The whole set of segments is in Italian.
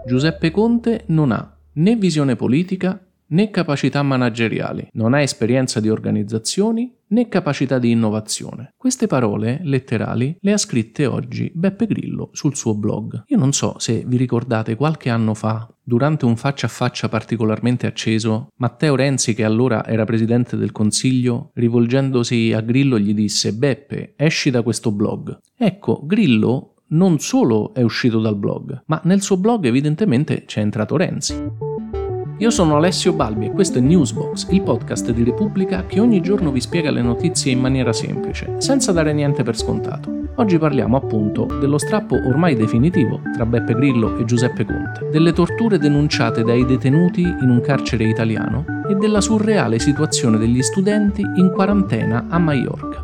Giuseppe Conte non ha né visione politica né capacità manageriali, non ha esperienza di organizzazioni né capacità di innovazione. Queste parole letterali le ha scritte oggi Beppe Grillo sul suo blog. Io non so se vi ricordate qualche anno fa, durante un faccia a faccia particolarmente acceso, Matteo Renzi, che allora era presidente del Consiglio, rivolgendosi a Grillo gli disse: Beppe, esci da questo blog. Ecco, Grillo non solo è uscito dal blog, ma nel suo blog evidentemente c'è entrato Renzi. Io sono Alessio Balbi e questo è Newsbox, il podcast di Repubblica che ogni giorno vi spiega le notizie in maniera semplice, senza dare niente per scontato. Oggi parliamo appunto dello strappo ormai definitivo tra Beppe Grillo e Giuseppe Conte, delle torture denunciate dai detenuti in un carcere italiano e della surreale situazione degli studenti in quarantena a Maiorca.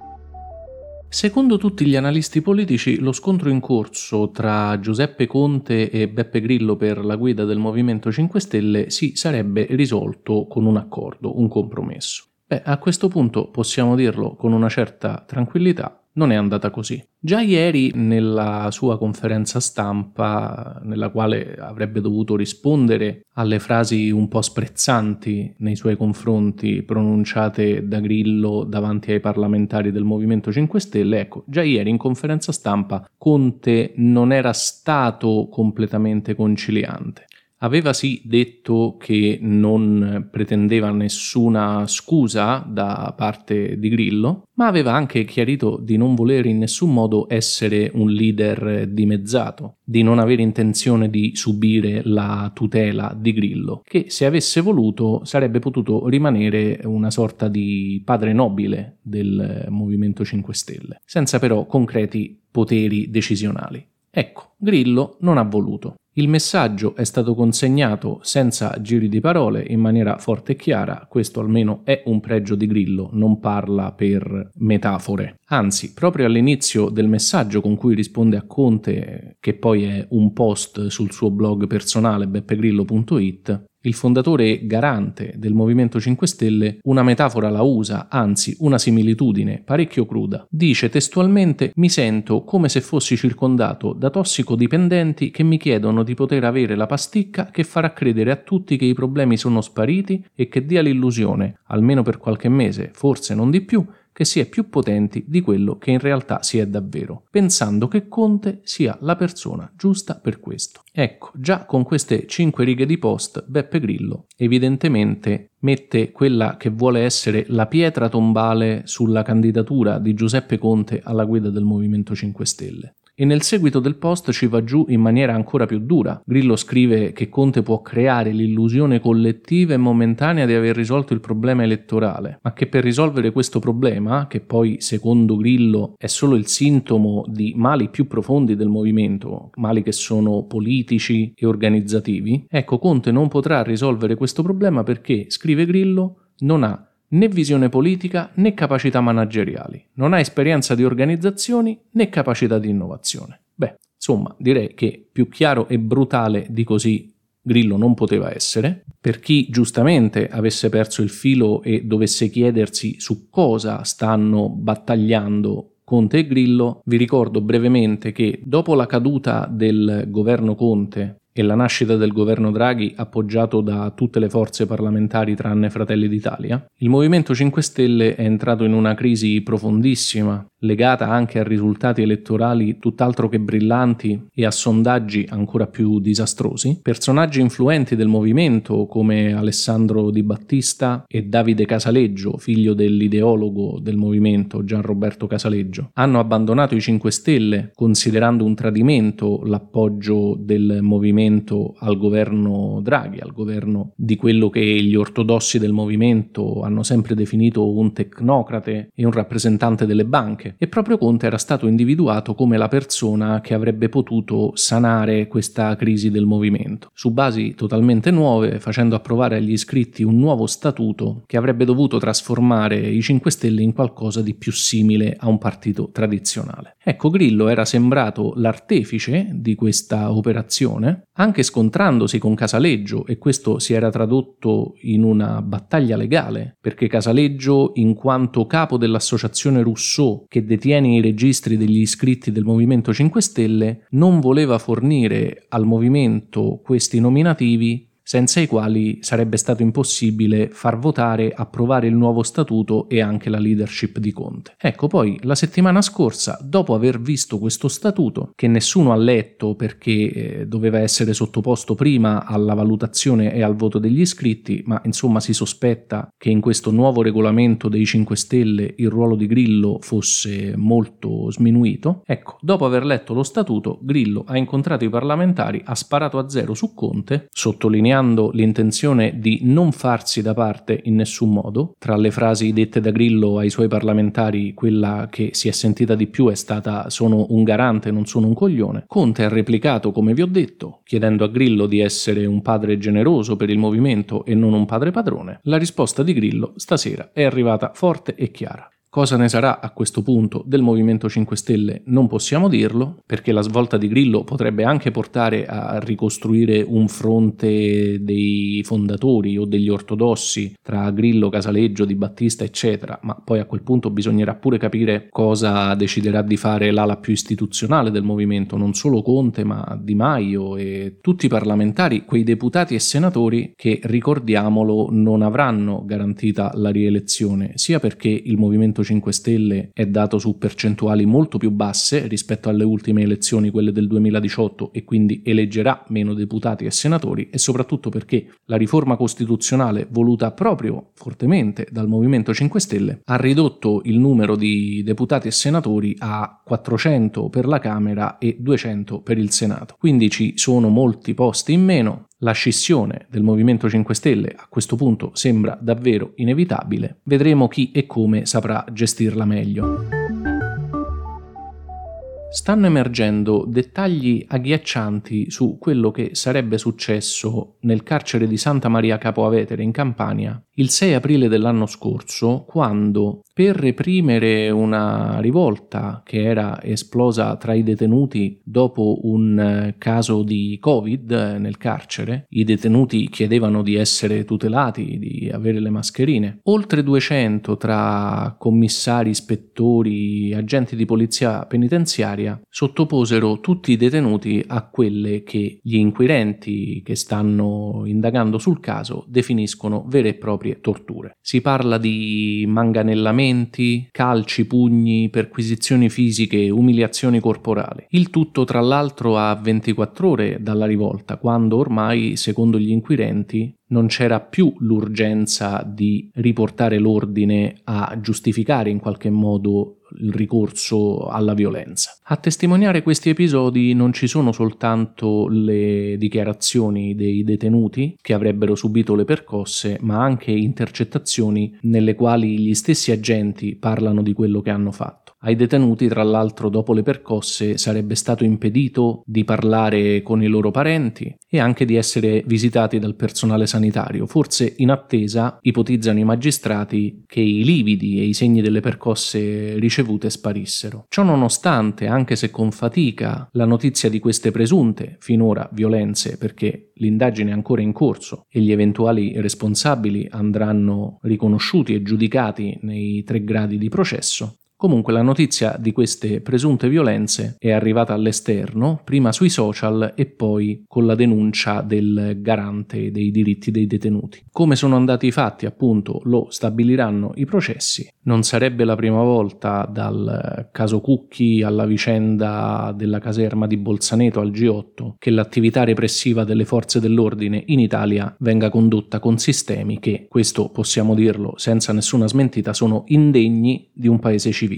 Secondo tutti gli analisti politici, lo scontro in corso tra Giuseppe Conte e Beppe Grillo per la guida del Movimento 5 Stelle si sarebbe risolto con un accordo, un compromesso. A questo punto possiamo dirlo con una certa tranquillità, non è andata così. Già ieri, nella sua conferenza stampa, nella quale avrebbe dovuto rispondere alle frasi un po' sprezzanti nei suoi confronti pronunciate da Grillo davanti ai parlamentari del Movimento 5 Stelle, ecco, già ieri in conferenza stampa Conte non era stato completamente conciliante. Aveva sì detto che non pretendeva nessuna scusa da parte di Grillo, ma aveva anche chiarito di non voler in nessun modo essere un leader dimezzato, di non avere intenzione di subire la tutela di Grillo, che se avesse voluto sarebbe potuto rimanere una sorta di padre nobile del Movimento 5 Stelle, senza però concreti poteri decisionali. Ecco, Grillo non ha voluto. Il messaggio è stato consegnato senza giri di parole, in maniera forte e chiara, questo almeno è un pregio di Grillo, non parla per metafore. Anzi, proprio all'inizio del messaggio con cui risponde a Conte, che poi è un post sul suo blog personale beppegrillo.it, il fondatore garante del Movimento 5 Stelle una metafora la usa, anzi una similitudine parecchio cruda. Dice testualmente: mi sento come se fossi circondato da tossicodipendenti che mi chiedono di poter avere la pasticca che farà credere a tutti che i problemi sono spariti e che dia l'illusione, almeno per qualche mese, forse non di più, che si è più potenti di quello che in realtà si è davvero, pensando che Conte sia la persona giusta per questo. Ecco, già con queste 5 righe di post, Beppe Grillo evidentemente mette quella che vuole essere la pietra tombale sulla candidatura di Giuseppe Conte alla guida del Movimento 5 Stelle. E nel seguito del post ci va giù in maniera ancora più dura. Grillo scrive che Conte può creare l'illusione collettiva e momentanea di aver risolto il problema elettorale, ma che per risolvere questo problema, che poi secondo Grillo è solo il sintomo di mali più profondi del movimento, mali che sono politici e organizzativi, ecco, Conte non potrà risolvere questo problema perché, scrive Grillo, non ha né visione politica né capacità manageriali, non ha esperienza di organizzazioni né capacità di innovazione. Insomma, direi che più chiaro e brutale di così Grillo non poteva essere. Per chi giustamente avesse perso il filo e dovesse chiedersi su cosa stanno battagliando Conte e Grillo, vi ricordo brevemente che dopo la caduta del governo Conte e la nascita del governo Draghi appoggiato da tutte le forze parlamentari tranne Fratelli d'Italia, il Movimento 5 Stelle è entrato in una crisi profondissima, legata anche a risultati elettorali tutt'altro che brillanti e a sondaggi ancora più disastrosi. Personaggi influenti del movimento come Alessandro Di Battista e Davide Casaleggio, figlio dell'ideologo del movimento Gianroberto Casaleggio, hanno abbandonato i 5 Stelle considerando un tradimento l'appoggio del movimento al governo Draghi, al governo di quello che gli ortodossi del movimento hanno sempre definito un tecnocrate e un rappresentante delle banche. E proprio Conte era stato individuato come la persona che avrebbe potuto sanare questa crisi del movimento, su basi totalmente nuove, facendo approvare agli iscritti un nuovo statuto che avrebbe dovuto trasformare i 5 Stelle in qualcosa di più simile a un partito tradizionale. Ecco, Grillo era sembrato l'artefice di questa operazione, anche scontrandosi con Casaleggio, e questo si era tradotto in una battaglia legale, perché Casaleggio, in quanto capo dell'associazione Rousseau che detiene i registri degli iscritti del Movimento 5 Stelle, non voleva fornire al movimento questi nominativi, senza i quali sarebbe stato impossibile far votare, approvare il nuovo statuto e anche la leadership di Conte. Ecco, poi la settimana scorsa, dopo aver visto questo statuto, che nessuno ha letto perché doveva essere sottoposto prima alla valutazione e al voto degli iscritti, ma insomma si sospetta che in questo nuovo regolamento dei 5 Stelle il ruolo di Grillo fosse molto sminuito, ecco, dopo aver letto lo statuto, Grillo ha incontrato i parlamentari, ha sparato a zero su Conte, sottolineando l'intenzione di non farsi da parte in nessun modo. Tra le frasi dette da Grillo ai suoi parlamentari, quella che si è sentita di più è stata: sono un garante, non sono un coglione. Conte ha replicato, come vi ho detto, chiedendo a Grillo di essere un padre generoso per il movimento e non un padre padrone. La risposta di Grillo stasera è arrivata forte e chiara. Cosa ne sarà a questo punto del Movimento 5 Stelle non possiamo dirlo, perché la svolta di Grillo potrebbe anche portare a ricostruire un fronte dei fondatori o degli ortodossi tra Grillo, Casaleggio, Di Battista eccetera, ma poi a quel punto bisognerà pure capire cosa deciderà di fare l'ala più istituzionale del movimento, non solo Conte ma Di Maio e tutti i parlamentari, quei deputati e senatori che, ricordiamolo, non avranno garantita la rielezione, sia perché il Movimento 5 Stelle è dato su percentuali molto più basse rispetto alle ultime elezioni, quelle del 2018, e quindi eleggerà meno deputati e senatori, e soprattutto perché la riforma costituzionale voluta proprio fortemente dal Movimento 5 Stelle ha ridotto il numero di deputati e senatori a 400 per la Camera e 200 per il Senato. Quindi ci sono molti posti in meno. La scissione del Movimento 5 Stelle a questo punto sembra davvero inevitabile. Vedremo chi e come saprà gestirla meglio. Stanno emergendo dettagli agghiaccianti su quello che sarebbe successo nel carcere di Santa Maria Capua Vetere in Campania il 6 aprile dell'anno scorso, quando, per reprimere una rivolta che era esplosa tra i detenuti dopo un caso di Covid nel carcere, i detenuti chiedevano di essere tutelati, di avere le mascherine. Oltre 200 tra commissari, ispettori, agenti di polizia penitenziaria sottoposero tutti i detenuti a quelle che gli inquirenti che stanno indagando sul caso definiscono vere e proprie torture. Si parla di manganellamenti, calci, pugni, perquisizioni fisiche, umiliazioni corporali. Il tutto, tra l'altro, a 24 ore dalla rivolta, quando ormai, secondo gli inquirenti, non c'era più l'urgenza di riportare l'ordine a giustificare in qualche modo il ricorso alla violenza. A testimoniare questi episodi non ci sono soltanto le dichiarazioni dei detenuti che avrebbero subito le percosse, ma anche intercettazioni nelle quali gli stessi agenti parlano di quello che hanno fatto. Ai detenuti, tra l'altro, dopo le percosse sarebbe stato impedito di parlare con i loro parenti e anche di essere visitati dal personale sanitario, forse in attesa, ipotizzano i magistrati, che i lividi e i segni delle percosse ricevute sparissero. Ciò nonostante, anche se con fatica, la notizia di queste presunte, finora, violenze, perché l'indagine è ancora in corso e gli eventuali responsabili andranno riconosciuti e giudicati nei 3 gradi di processo, comunque la notizia di queste presunte violenze è arrivata all'esterno, prima sui social e poi con la denuncia del garante dei diritti dei detenuti. Come sono andati i fatti, appunto, lo stabiliranno i processi. Non sarebbe la prima volta, dal caso Cucchi alla vicenda della caserma di Bolzaneto al G8, che l'attività repressiva delle forze dell'ordine in Italia venga condotta con sistemi che, questo possiamo dirlo senza nessuna smentita, sono indegni di un paese civile.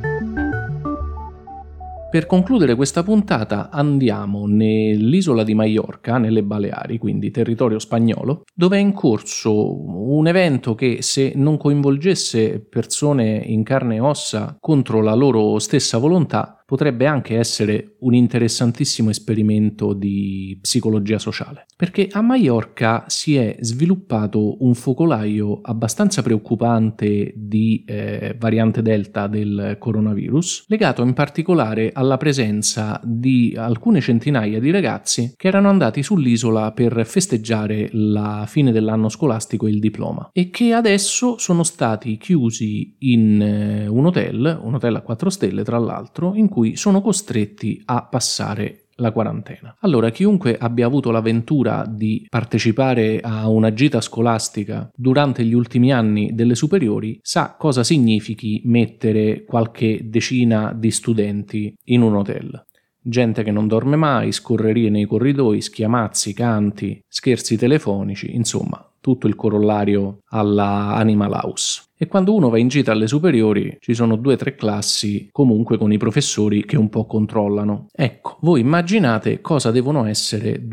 Per concludere questa puntata andiamo nell'isola di Maiorca, nelle Baleari, quindi territorio spagnolo, dove è in corso un evento che, se non coinvolgesse persone in carne e ossa contro la loro stessa volontà, potrebbe anche essere un interessantissimo esperimento di psicologia sociale, perché a Maiorca si è sviluppato un focolaio abbastanza preoccupante di variante Delta del coronavirus, legato in particolare alla presenza di alcune centinaia di ragazzi che erano andati sull'isola per festeggiare la fine dell'anno scolastico e il diploma, e che adesso sono stati chiusi in un hotel a 4 stelle tra l'altro, in cui sono costretti a passare la quarantena. Allora, chiunque abbia avuto la ventura di partecipare a una gita scolastica durante gli ultimi anni delle superiori sa cosa significhi mettere qualche decina di studenti in un hotel. Gente che non dorme mai, scorrerie nei corridoi, schiamazzi, canti, scherzi telefonici, insomma, tutto il corollario alla Animal House. E quando uno va in gita alle superiori ci sono 2 o 3 classi comunque con i professori che un po' controllano. Ecco, voi immaginate cosa devono essere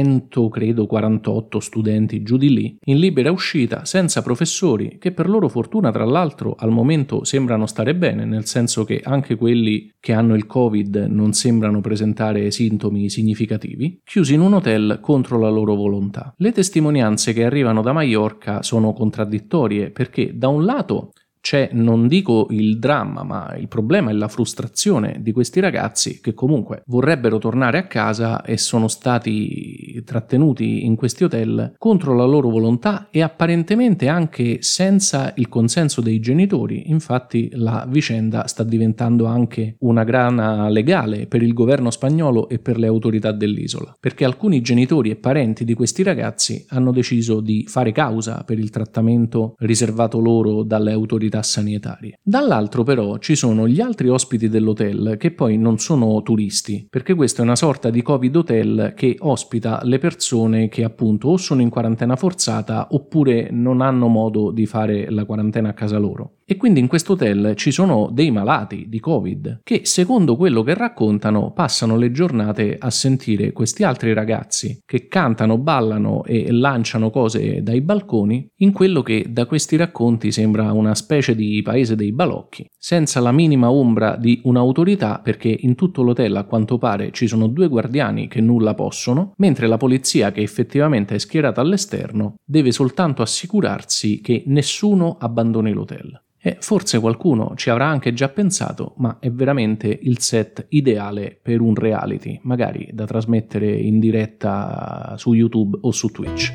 248 studenti giù di lì, in libera uscita, senza professori, che per loro fortuna tra l'altro al momento sembrano stare bene, nel senso che anche quelli che hanno il Covid non sembrano presentare sintomi significativi, chiusi in un hotel contro la loro volontà. Le testimonianze che arrivano da Maiorca sono contraddittorie, perché da un lato c'è, non dico il dramma, ma il problema e la frustrazione di questi ragazzi che comunque vorrebbero tornare a casa e sono stati trattenuti in questi hotel contro la loro volontà e apparentemente anche senza il consenso dei genitori. Infatti la vicenda sta diventando anche una grana legale per il governo spagnolo e per le autorità dell'isola, perché alcuni genitori e parenti di questi ragazzi hanno deciso di fare causa per il trattamento riservato loro dalle autorità sanitarie. Dall'altro però ci sono gli altri ospiti dell'hotel che poi non sono turisti, perché questo è una sorta di Covid hotel che ospita le persone che appunto o sono in quarantena forzata oppure non hanno modo di fare la quarantena a casa loro. E quindi in questo hotel ci sono dei malati di Covid che, secondo quello che raccontano, passano le giornate a sentire questi altri ragazzi che cantano, ballano e lanciano cose dai balconi in quello che da questi racconti sembra una specie di paese dei balocchi, senza la minima ombra di un'autorità, perché in tutto l'hotel a quanto pare ci sono 2 guardiani che nulla possono, mentre la polizia che effettivamente è schierata all'esterno deve soltanto assicurarsi che nessuno abbandoni l'hotel. E forse qualcuno ci avrà anche già pensato, ma è veramente il set ideale per un reality, magari da trasmettere in diretta su YouTube o su Twitch.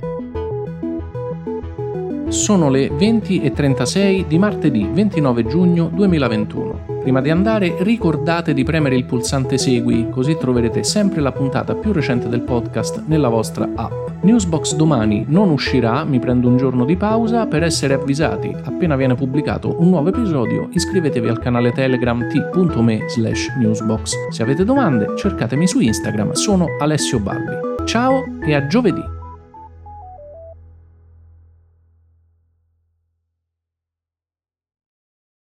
Sono le 20:36 di martedì 29 giugno 2021. Prima di andare ricordate di premere il pulsante Segui, così troverete sempre la puntata più recente del podcast nella vostra app. Newsbox domani non uscirà, mi prendo un giorno di pausa per essere avvisati appena viene pubblicato un nuovo episodio. Iscrivetevi al canale Telegram t.me/newsbox. Se avete domande cercatemi su Instagram, sono Alessio Balbi. Ciao e a giovedì!